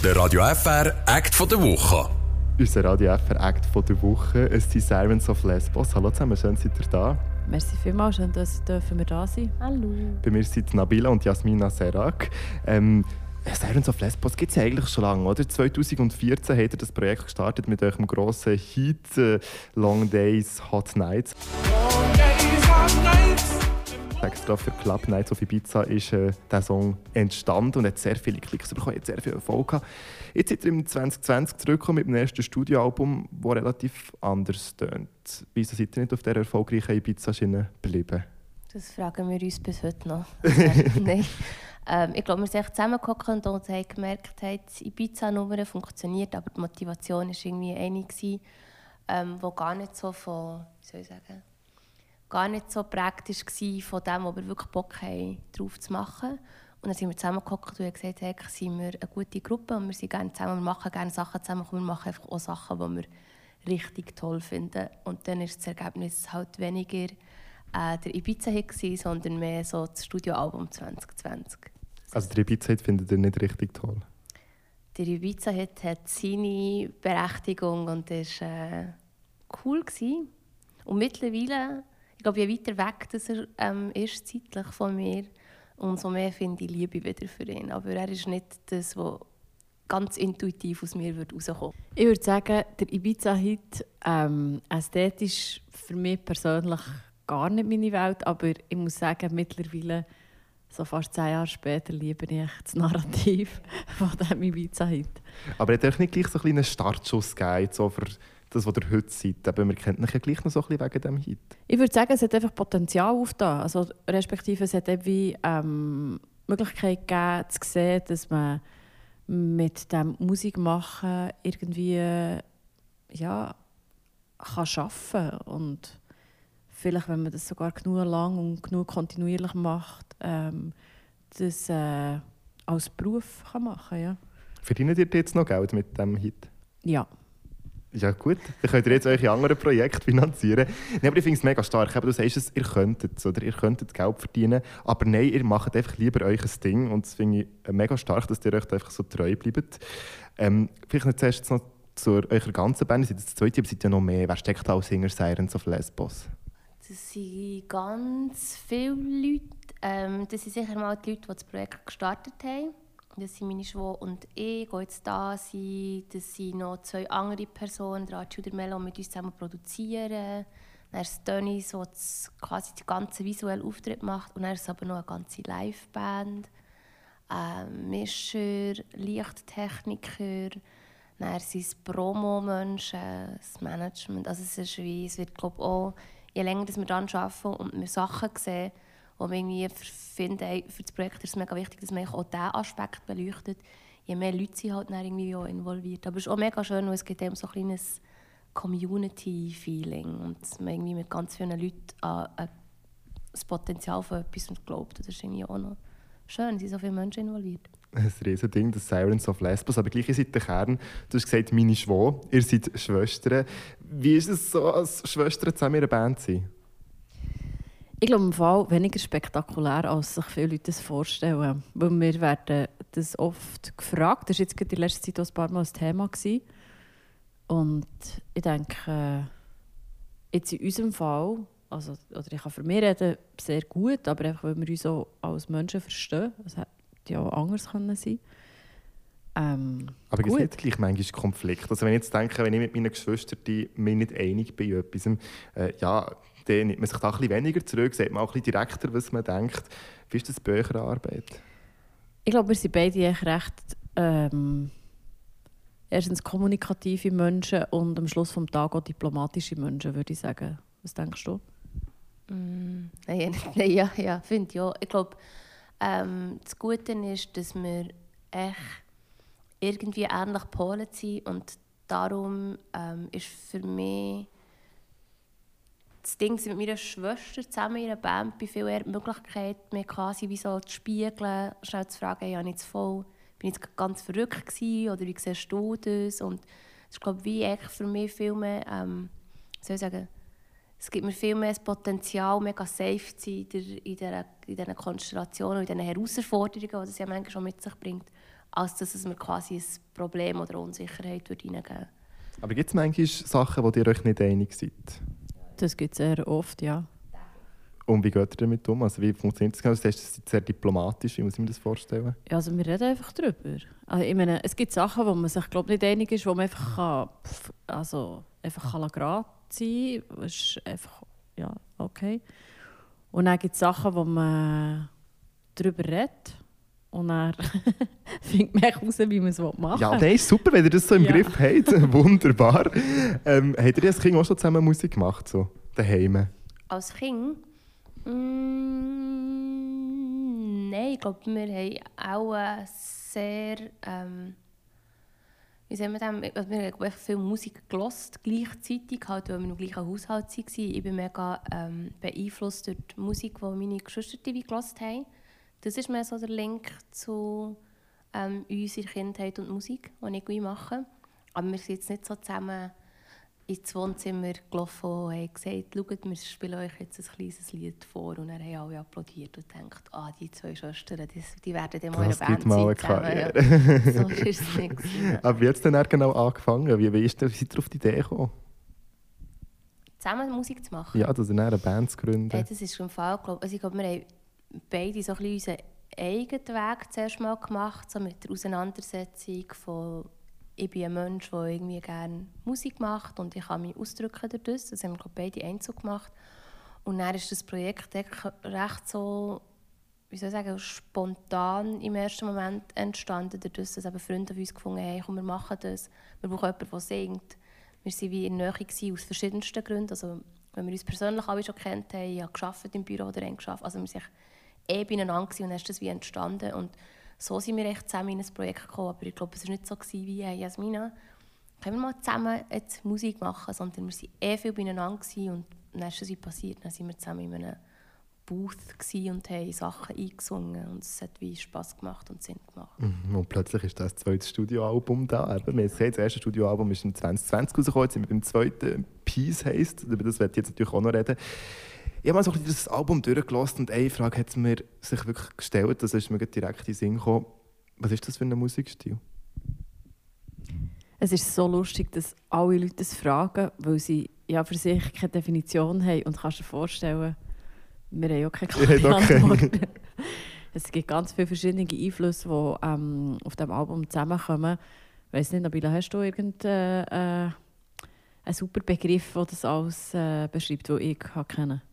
Der Radio FR Act von der Woche. Unser Radio FR Act von der Woche ist die Sirens of Lesbos. Hallo zusammen, schön seid ihr da. Merci vielmals, schön, dass wir da sein. Hallo. Bei mir sind Nabila und Jasmina Serak. Sirens of Lesbos gibt es ja eigentlich schon lange, oder? 2014 habt ihr das Projekt gestartet mit eurem grossen Hit «Long Days, Hot Nights». Long days, hot nights. Extra für Club Nights auf Ibiza ist dieser Song entstanden und hat sehr viele Klicks bekommen, hat sehr viel Erfolg gehabt. Jetzt seid ihr im 2020 zurückgekommen mit dem ersten Studioalbum, das relativ anders tönt. Wieso seid ihr nicht auf dieser erfolgreichen Ibiza-Schiene geblieben? Das fragen wir uns bis heute noch. Nein. Ich glaube, wir sind echt zusammengehockt und haben gemerkt, dass Ibiza-Nummer funktioniert, aber die Motivation war irgendwie eine, die gar nicht so gar nicht so praktisch war von dem, wo wir wirklich Bock haben, drauf zu machen. Und dann sind wir zusammengehockt und haben gesagt, hey, sind wir eine gute Gruppe und wir sind gerne zusammen, wir machen gerne Sachen zusammen, wir machen einfach auch Sachen, die wir richtig toll finden. Und dann ist das Ergebnis halt weniger der Ibiza-Hit, sondern mehr so das Studioalbum 2020. Also der Ibiza-Hit findet ihr nicht richtig toll? Der Ibiza-Hit hat seine Berechtigung und war cool gewesen. Und mittlerweile, ich glaube, je weiter weg dass er ist zeitlich von mir, umso mehr finde ich Liebe wieder für ihn. Aber er ist nicht das, was ganz intuitiv aus mir rauskommen würde. Ich würde sagen, der Ibiza-Hit ästhetisch für mich persönlich gar nicht meine Welt, aber ich muss sagen, mittlerweile, so fast 10 Jahre später, liebe ich das Narrativ von diesem Ibiza-Hit. Aber hat euch nicht gleich so einen kleinen Startschuss gegeben, so für das, was ihr heute seid? Aber wir kennen euch ja gleich noch so ein bisschen wegen diesem Hit. Ich würde sagen, es hat einfach Potenzial aufgetan. Also, respektive es hat irgendwie Möglichkeit gegeben, zu sehen, dass man mit dem Musikmachen irgendwie kann arbeiten kann. Und vielleicht, wenn man das sogar genug lang und genug kontinuierlich macht, das als Beruf kann machen kann. Ja. Verdient ihr jetzt noch Geld mit diesem Hit? Ja. Ja gut, dann könnt ihr jetzt eure anderen Projekte finanzieren. Nein, aber ich finde es mega stark. Du sagst es, ihr könntet es, oder? Ihr könntet Geld verdienen, aber nein, ihr macht einfach lieber euch ein Ding. Und das finde ich mega stark, dass ihr euch da einfach so treu bleibt. Vielleicht nicht zuerst noch zu eurer ganzen Band. Ihr seid das zweite, aber seid ja noch mehr. Wer steckt da als Sänger Sirens of Lesbos? Das sind ganz viele Leute. Das sind sicher mal die Leute, die das Projekt gestartet haben. Das sind meine Schwester und ich, die jetzt da sind. Das sind noch 2 andere Personen, der Archie und der Melo, die mit uns zusammen produzieren. Dann ist Toni, der quasi den ganzen visuellen Auftritt macht. Und dann ist es aber noch eine ganze Liveband. Mischer, Lichttechniker, dann sind es Promo-Menschen, das Management. Also es wird, glaube ich, auch, je länger wir daran arbeiten und wir Sachen sehen, wo wir irgendwie finden, für das Projekt ist es mega wichtig, dass man auch diesen Aspekt beleuchtet. Je mehr Leute sind halt dann irgendwie auch involviert. Aber es ist auch mega schön, weil es gibt eben so ein kleines Community-Feeling. Und man irgendwie mit ganz vielen Leuten an das Potenzial von etwas glaubt. Das ist irgendwie auch noch schön, es sind so viele Menschen involviert. Ein riesen Ding, das Sirens of Lesbos. Aber gleich, ihr seid der Kern. Du hast gesagt, meine Schwester. Ihr seid Schwestern. Wie ist es so, als Schwestern zusammen in einer Band zu sein? Ich glaube im Fall weniger spektakulär, als sich viele Leute das vorstellen. Weil wir werden das oft gefragt. Das war jetzt in der letzten Zeit auch ein paar Mal ein Thema gewesen. Und ich denke, jetzt in unserem Fall, also, oder ich kann für mich reden, sehr gut, aber einfach, weil wir uns auch als Menschen verstehen. Das hätte ja auch anders können sein. Aber es gibt gleich manchmal Konflikte. Also wenn ich jetzt denke, wenn ich mit meinen Geschwistern mich nicht einig bin in etwas, dann nimmt man sich da ein bisschen weniger zurück, sagt man auch ein bisschen direkter, was man denkt. Wie ist das bei eurer Arbeit? Ich glaube, wir sind beide echt recht erstens kommunikative Menschen und am Schluss des Tages auch diplomatische Menschen, würde ich sagen. Was denkst du? Ja, finde ich auch. Ich glaube, das Gute ist, dass wir echt irgendwie ähnlich gepolt sind und darum ist für mich das Ding mit meiner Schwester zusammen in einer Band bei viel eher die Möglichkeit, mir quasi wie so zu spiegeln, schnell zu fragen, ja, nicht voll, bin ich jetzt ganz verrückt gewesen, oder wie siehst du das? Und das ist, glaube ich, wie echt für mich viel mehr, soll ich sagen, es gibt mir viel mehr das Potenzial, mega safe zu sein in dieser Konstellation und in diesen Herausforderungen, die es ja manchmal schon mit sich bringt, als dass es mir quasi ein Problem oder Unsicherheit reingeben würde. Aber gibt es manchmal Sachen, wo ihr euch nicht einig seid? Das gibt es sehr oft, ja. Und wie geht ihr damit um? Also wie funktioniert das genau? Du sagst, das ist sehr diplomatisch. Wie muss ich mir das vorstellen? Ja, also wir reden einfach drüber. Also ich meine, es gibt Sachen, wo man sich glaub, nicht einig ist, wo man einfach einfach gerade sein kann. Das ist einfach, ja, okay. Und dann gibt es Sachen, wo man drüber redet. Und dann findet man heraus, wie man es machen will. Ja, nein, ist super, wenn ihr das so im Ja. Griff habt. Wunderbar. Habt ihr als Kind auch schon zusammen Musik gemacht? So, daheim? Als Kind? Nein, ich glaube, wir haben auch sehr... wie sagen wir das? Wir haben echt viel Musik gehört, gleichzeitig, halt, weil wir im gleichen Haushalt waren. Ich bin mega beeinflusst durch die Musik, die meine Geschwister gehört haben. Das ist mehr so der Link zu unserer Kindheit und Musik, die ich gut mache. Aber wir sind jetzt nicht so zusammen ins Wohnzimmer gelaufen und haben gesagt, schaut, wir spielen euch jetzt ein kleines Lied vor. Und dann haben alle applaudiert und gedacht, die zwei Schwestern, die werden dann mal in Das einer gibt Band mal eine sein zusammen. Karriere. Ja. So war es nicht gewesen. Aber wie hat es dann genau angefangen? Wie seid ihr auf die Idee gekommen? Zusammen Musik zu machen? Ja, dass ihr dann eine Band zu gründen? Das ist im Fall, ich glaube, wir haben beide so ein bisschen unseren eigenen Weg zuerst mal gemacht, so mit der Auseinandersetzung von ich bin ein Mensch, der irgendwie gerne Musik macht und ich kann mich ausdrücken dadurch. Das haben wir beide einzeln gemacht. Und dann ist das Projekt recht so, wie soll ich sagen, spontan im ersten Moment entstanden, dadurch, dass eben Freunde von uns gefunden haben, komm, wir machen das. Wir brauchen jemanden, der singt. Wir waren wie in der Nähe aus verschiedensten Gründen. Also, wenn wir uns persönlich alle schon kennt haben, ich habe gearbeitet im Büro oder gearbeitet. Also wir waren beieinander und dann ist das wie entstanden. Und so sind wir echt zusammen in ein Projekt gekommen. Aber ich glaube, es war nicht so wie hey, Jasmina, können wir mal zusammen jetzt Musik machen, sondern wir waren viel beieinander und dann ist es passiert. Dann waren wir zusammen in einem Booth und haben Sachen eingesungen und es hat wie Spass gemacht und Sinn gemacht. Und plötzlich ist das zweite Studioalbum da. Wir haben gesehen, das erste Studioalbum ist im 2020 rausgekommen, jetzt sind wir beim zweiten, «Peace» heisst. Über das werde ich jetzt natürlich auch noch reden. Ich habe mal so ein bisschen das Album durchgelassen und eine Frage hat mir sich wirklich gestellt, das ist mir direkt in den Sinn gekommen. Was ist das für ein Musikstil? Es ist so lustig, dass alle Leute das fragen, weil sie ja für sich keine Definition haben. Und kannst dir vorstellen, wir haben auch keine klare Antwort. Es gibt ganz viele verschiedene Einflüsse, die auf diesem Album zusammenkommen. Ich weiss nicht, Nabila, hast du irgendeinen super Begriff, der das alles beschreibt, den ich kenne?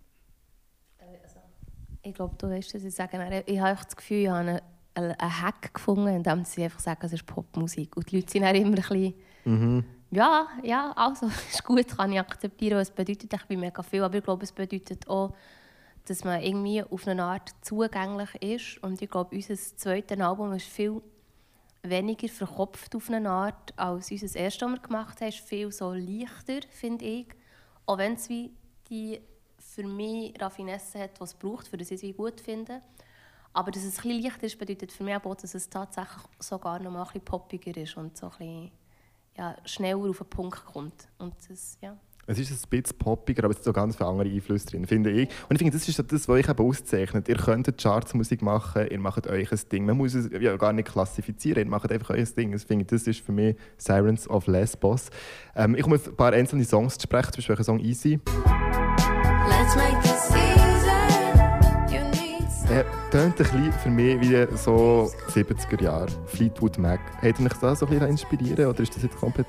Ich glaube, du weißt, was ich sage. Ich habe das Gefühl, ich habe einen Hack gefunden, indem sie einfach sagen, es ist Popmusik. Und die Leute sind dann immer ein bisschen, ja, also, ist gut, kann ich akzeptieren. Es bedeutet echt mega viel, aber ich glaube, es bedeutet auch, dass man irgendwie auf eine Art zugänglich ist. Und ich glaube, unser zweites Album ist viel weniger verkopft auf eine Art, als unser erstes, das wir gemacht haben. Es ist viel so leichter, finde ich. Auch wenn es wie die für mich Raffinesse hat, was es braucht, für das ich es gut finde. Aber dass es ein bisschen leichter ist, bedeutet für mich auch, dass es tatsächlich sogar noch mal ein bisschen poppiger ist und so ein bisschen, ja, schneller auf den Punkt kommt. Und das, ja. Es ist ein bisschen poppiger, aber es sind so ganz viele andere Einflüsse drin, finde ich. Und ich finde, das ist das, was euch eben auszeichnet. Ihr könnt Chartsmusik machen, ihr macht euch ein Ding. Man muss es ja gar nicht klassifizieren, ihr macht einfach euch ein Ding. Ich finde, das ist für mich Sirens of Lesbos. Ich komme auf ein paar einzelne Songs zu sprechen, zum Beispiel den Song «Easy». Let's make this season. You need some. Tönt ein bisschen für mich wie so 70er Jahre, Fleetwood Mac. Hat ihr euch da so ein bisschen inspirieren oder ist das jetzt komplett...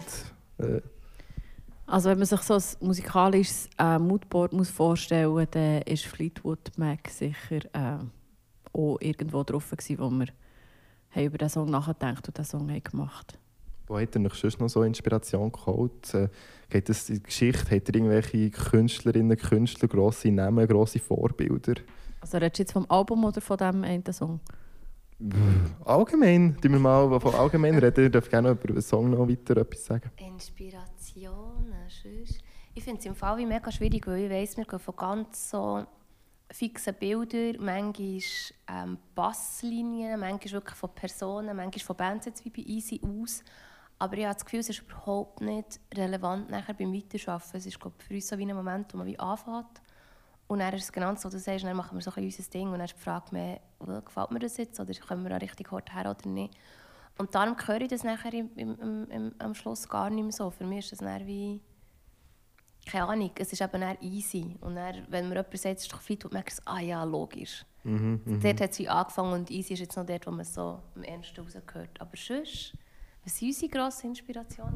Also wenn man sich so ein musikalisches Moodboard vorstellen muss, dann ist Fleetwood Mac sicher auch irgendwo drauf gewesen, wo wir haben über diesen Song nachgedacht und diesen Song haben gemacht. Wo hat ihr euch sonst noch so Inspiration geholt? Geht das in die Geschichte? Habt ihr irgendwelche Künstlerinnen, Künstler, grosse Namen, grosse Vorbilder? Also redest du jetzt vom Album oder von diesem einen Song? Allgemein, tun wir mal von allgemein reden. Ihr dürft gerne über den Song noch weiter etwas sagen. Inspirationen, sonst. Ich finde es im Fall wie mega schwierig, weil ich weiss, wir gehen von ganz so fixen Bildern, manchmal Basslinien, manchmal wirklich von Personen, manchmal von Bands, jetzt wie bei Easy aus. Aber ich habe das Gefühl, es ist überhaupt nicht relevant nachher beim Weiterarbeiten. Es ist, glaube ich, für uns so wie ein Moment, wo man wie anfängt. Und dann ist es genau so, du sagst, dann machen wir so ein bisschen unser Ding und dann ist die Frage mehr, gefällt mir das jetzt oder kommen wir da richtig hart her oder nicht. Und darum höre ich das nachher am Schluss gar nicht mehr so. Für mich ist das dann wie... Keine Ahnung, es ist eben dann easy. Und dann, wenn mir jemand sagt, es ist doch Fleetwood Mac, merke ich, ja, logisch. Dort hat es wie angefangen und easy ist jetzt noch dort, wo man es so am ernsten rausgehört. Aber sonst, was waren unsere grossen Inspirationen?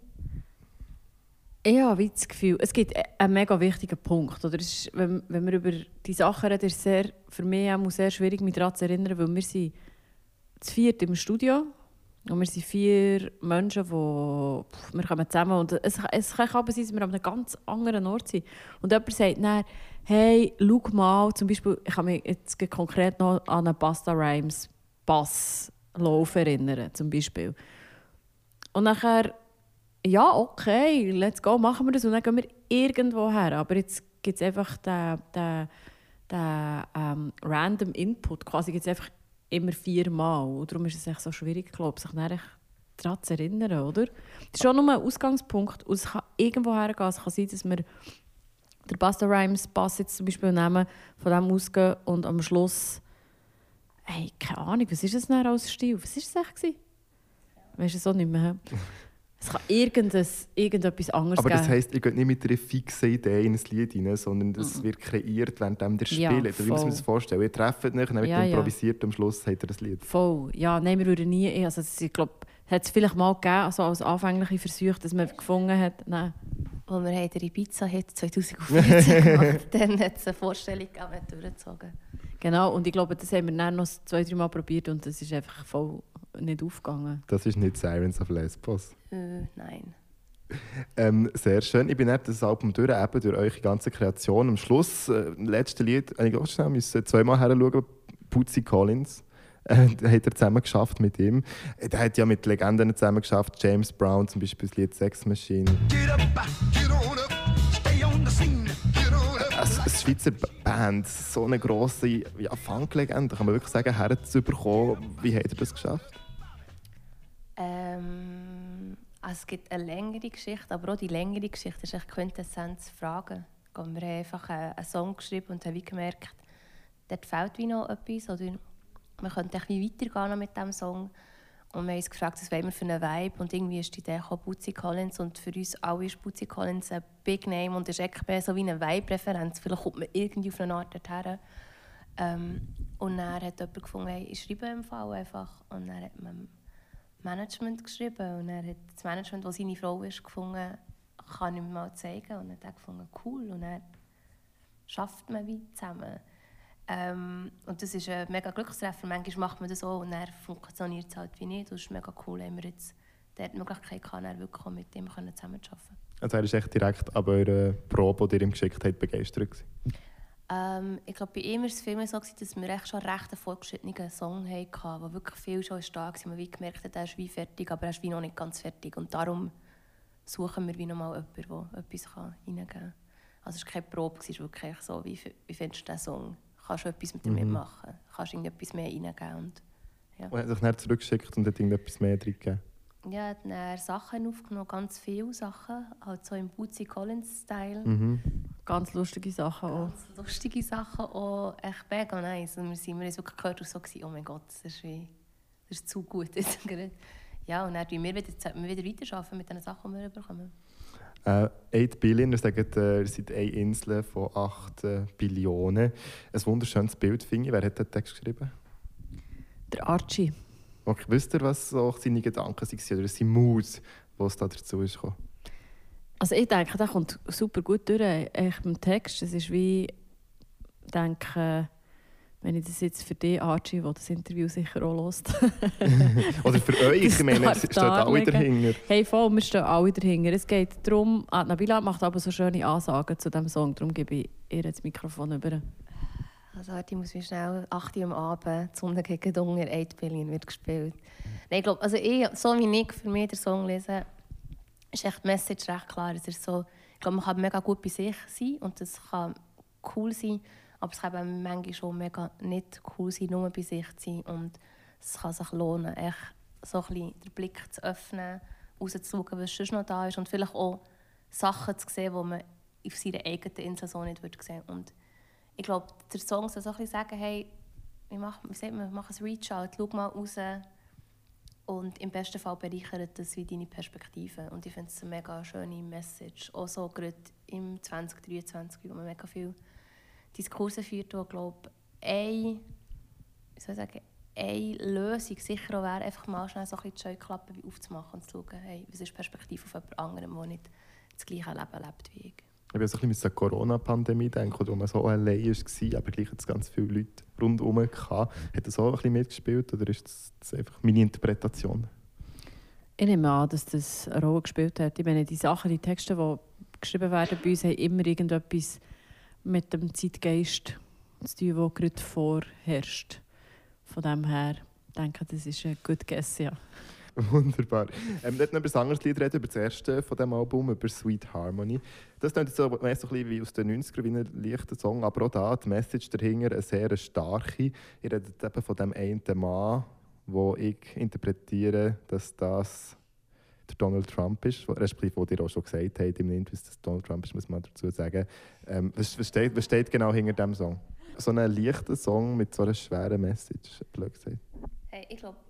Ich habe wie das Gefühl, es gibt einen mega wichtigen Punkt. Oder? Es ist, wenn wir über die Sachen reden, ist es für mich auch sehr schwierig, mich daran zu erinnern, weil wir sind zu viert im Studio und wir sind 4 Menschen, wir kommen zusammen und es kann aber sein, dass wir an einem ganz anderen Ort sind. Und jemand sagt dann, hey, schau mal, zum Beispiel, ich kann mich jetzt konkret noch an einen Busta Rhymes Basslauf erinnern, zum Beispiel. Und nachher ja, okay, let's go, machen wir das und dann gehen wir irgendwo her. Aber jetzt gibt es einfach den random Input, quasi gibt es einfach immer 4 Mal. Und darum ist es echt so schwierig, glaube ich, sich dann daran zu erinnern, oder? Das ist schon nur ein Ausgangspunkt und es kann irgendwo hergehen. Es kann sein, dass wir den Busta Rhymes Bass jetzt zum Beispiel nehmen, von dem ausgehen und am Schluss, hey, keine Ahnung, was ist das denn als Stil? Was war es eigentlich? Weißt du es auch nicht mehr? Es kann irgendetwas anderes aber geben. das heisst, ihr geht nicht mit einer fixen Idee in ein Lied hinein, sondern das wird kreiert, während ihr Ja, spielt. Wie muss man voll. sich das vorstellen? Ihr trefft euch, dann wird Ja, ja. improvisiert, am Schluss habt ihr das Lied. Voll. Ja, nein, wir würden nie... Also, ich glaube, es hat es vielleicht mal gegeben, also als anfängliche Versuche, dass man gefunden hat, nein. Als wir den Ibiza-Hit 2014 gemacht dann hat es eine Vorstellung gegeben, die wir durchgezogen. Genau, und ich glaube, das haben wir dann noch 2-3 Mal probiert und das ist einfach voll nicht aufgegangen. Das ist nicht Sirens of Lesbos. Nein. Sehr schön. Ich bin nicht das Album durch, eben durch eure ganze Kreation. Am Schluss, letzte Lied, ich auch schnell müssen 2-mal heranschauen. Bootsy Collins. Da hat er zusammen geschafft mit ihm. Der hat ja mit Legenden zusammen geschafft. James Brown zum Beispiel das Lied Sex Machine. Get up, get on up, stay on the scene, get on up. Eine Schweizer Band, so eine grosse Funk-Legende, kann man wirklich sagen, herzubekommen. Wie habt ihr das geschafft? Also es gibt eine längere Geschichte, aber auch die längere Geschichte ist echt Quintessenz Fragen. Wir haben einfach einen Song geschrieben und haben wie gemerkt, dort fehlt wie noch etwas. Oder man könnte echt wie weitergehen mit diesem Song. Und wir haben uns gefragt, was wollen wir für einen Vibe. Und irgendwie ist die Idee gekommen, Bootsy Collins. Und für uns alle ist Bootsy Collins ein Big Name und ist echt mehr so wie eine Vibe-Referenz. Vielleicht kommt man irgendwie auf eine Art dorthin. Und dann hat jemand gefunden, hey, ich schreibe im Fall einfach. Und dann hat man Management geschrieben. Und dann hat das Management, das seine Frau ist, gefunden, kann ich mir mal zeigen. Und dann hat er gefunden, cool. Und dann schafft man wie zusammen. Und das ist ein mega Glückstreffer. Manchmal macht man das auch und dann funktioniert es halt wie nicht. Das ist mega cool, haben wir jetzt die Möglichkeit gehabt, dann wirklich auch mit ihm zusammen zu arbeiten. Also er war echt direkt ab eurer Probe, die ihr ihm geschickt habt, begeistert gewesen. Ich glaube, bei ihm war es vielmehr so, dass wir echt schon recht einen fortgeschrittenen Song hatten, wo wirklich viel schon da war. Man wie gemerkt hat, er ist wie fertig, aber er ist wie noch nicht ganz fertig. Und darum suchen wir wie noch mal jemanden, der etwas reingeben kann. Also es war keine Probe, es war wirklich so, wie findest du diesen Song? Kannst du etwas mit ihm machen? Kannst du etwas mehr reingeben? Und, ja. Und er hat sich dann zurückgeschickt und hat irgendetwas mehr drin gegeben. Ja, er hat dann Sachen aufgenommen, ganz viele Sachen, halt so im Bootsy Collins-Style. Ganz lustige Sachen auch. Ganz lustige Sachen auch, echt mega nice. Und wir haben wirklich gehört und so gewesen, oh mein Gott, das ist zu gut. Ja, und dann sollten wir wieder weiterarbeiten mit den Sachen, die wir bekommen. 8 Billion, ihr sagt, ihr seid eine Insel von 8 Billionen. Ein wunderschönes Bild, finde ich. Wer hat den Text geschrieben? Der Archie. Okay, wisst ihr, was so seine Gedanken waren oder sein Mut, was da dazu ist gekommen? Also ich denke, der kommt super gut durch echt mit dem Text. Es ist wie, ich denke, wenn ich das jetzt für dich, Archie, der das Interview sicher auch hört. Oder für euch, ich meine, es steht alle dahinter. Hey, voll, wir stehen alle dahinter. Es geht darum, Nabila macht aber so schöne Ansagen zu diesem Song, darum gebe ich ihr das Mikrofon über. Also ich muss mich schnell 8 Uhr am Abend, die Sonne gegen Dunkel, 8 Billion wird gespielt. Nein, ich glaube, also so wie ich für mich den Song lese, ist echt die Message recht klar. Es ist so, ich glaube, man kann mega gut bei sich sein und das kann cool sein, aber es kann eben manchmal schon mega nicht cool sein, nur bei sich zu sein. Und es kann sich lohnen, echt so ein bisschen den Blick zu öffnen, rauszuschauen, was sonst noch da ist und vielleicht auch Sachen zu sehen, die man auf seiner eigenen Insel so nicht sehen würde. Und ich glaube, der Song soll so ein bisschen sagen, hey, wir machen ein Reach-out, schau mal raus, Und im besten Fall bereichert das wie deine Perspektive. Und ich finde es eine mega schöne Message. Auch so gerade im 2023, wo man mega viele Diskurse führt, wo, glaube ich, eine Lösung sicher auch wäre, einfach mal schnell so ein bisschen die Scheuklappen aufzumachen und zu schauen, hey, was ist die Perspektive von jemand anderem, der nicht das gleiche Leben lebt wie ich. Ich bin so ein bisschen an die Corona-Pandemie denken, wo man so allein war, aber gleich jetzt ganz viele Leute rundherum hatten. Hat das auch ein bisschen mitgespielt oder ist das einfach meine Interpretation? Ich nehme an, dass das eine Rolle gespielt hat. Ich meine, die Sachen, die Texte, die geschrieben werden bei uns, haben immer irgendetwas mit dem Zeitgeist zu tun, der gerade vorherrscht. Von dem her denke ich, das ist ein good guess, ja. Wunderbar. Wir wollten über ein anderes Lied reden, über das erste von diesem Album, über Sweet Harmony. Das klingt jetzt so, mehr so ein bisschen wie aus den 90ern, wie ein leichter Song, aber auch da, die Message dahinter, eine sehr starke. Ihr redet eben von dem einen Mann, wo ich interpretiere, dass das der Donald Trump ist, respektive, was ihr auch schon gesagt habt im Interview, dass das Donald Trump ist, muss man dazu sagen. Was steht genau hinter diesem Song? So ein leichter Song mit so einer schweren Message, blöd gesagt. Hey, ich glaube,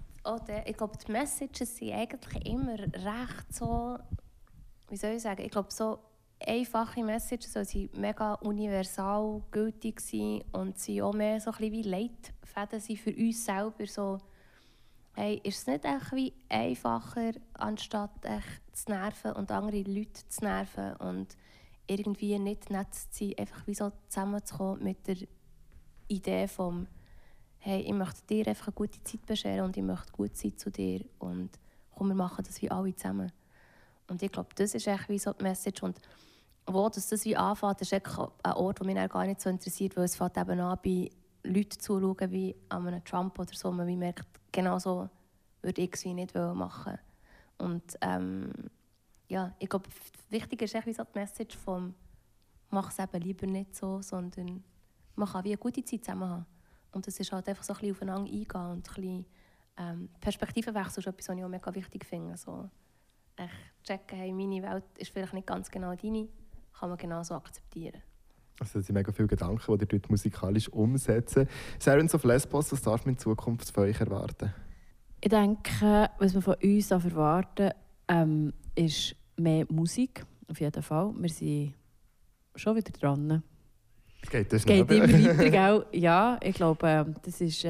die Messages sind eigentlich immer recht so, wie soll ich sagen, ich glaube, so einfache Messages sind mega universal gültig sein und sie auch mehr so ein bisschen wie Leitfäden sind für uns selber. So, hey, ist es nicht echt wie einfacher, anstatt echt zu nerven und andere Leute zu nerven und irgendwie nicht nett zu sein, einfach wie so zusammenzukommen mit der Idee vom hey, ich möchte dir einfach eine gute Zeit bescheren und ich möchte gut sein zu dir und komm, wir machen das wie alle zusammen. Und ich glaube, das ist echt wie so die Message. Und wo das wie anfängt, ist echt ein Ort, der mich gar nicht so interessiert, weil es fängt eben an, bei Leuten zuschauen, wie an einem Trump oder so, man wie merkt, genau so würde ich es wie nicht machen. Und ja, ich glaube, wichtig ist echt wie so die Message vom «Mach es eben lieber nicht so», sondern man kann wie eine gute Zeit zusammen haben. Und das ist halt einfach so ein bisschen aufeinander eingehen und ein bisschen Perspektivenwechsel ist etwas, was ich auch mega wichtig finde. So, echt checken, hey, meine Welt ist vielleicht nicht ganz genau deine, kann man genauso akzeptieren. Also das sind mega viele Gedanken, die ihr dort musikalisch umsetzen. Sirens of Lesbos, was darf man in Zukunft von euch erwarten? Ich denke, was wir von uns erwarten, ist mehr Musik, auf jeden Fall. Wir sind schon wieder dran. Es geht immer weiter, gell? Ja, ich glaube, das ist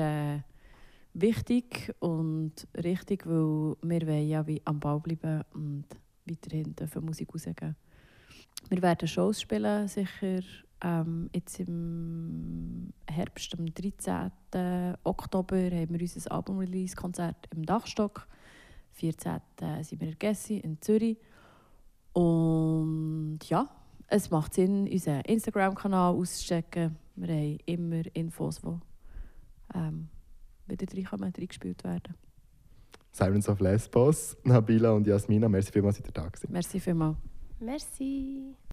wichtig und richtig, weil wir wollen ja wie am Ball bleiben und weiterhin dürfen Musik rausgeben. Wir werden Shows spielen, sicher jetzt im Herbst, am 13. Oktober, haben wir unser Album-Release-Konzert im Dachstock. Am 14. sind wir in Gessi in Zürich. Und ja, es macht Sinn, unseren Instagram-Kanal auszuchecken. Wir haben immer Infos, die wieder reingespielt werden. Sirens of Lesbos, Nabila und Jasmina, merci vielmals, dass ihr da gewesen. Merci vielmals. Merci!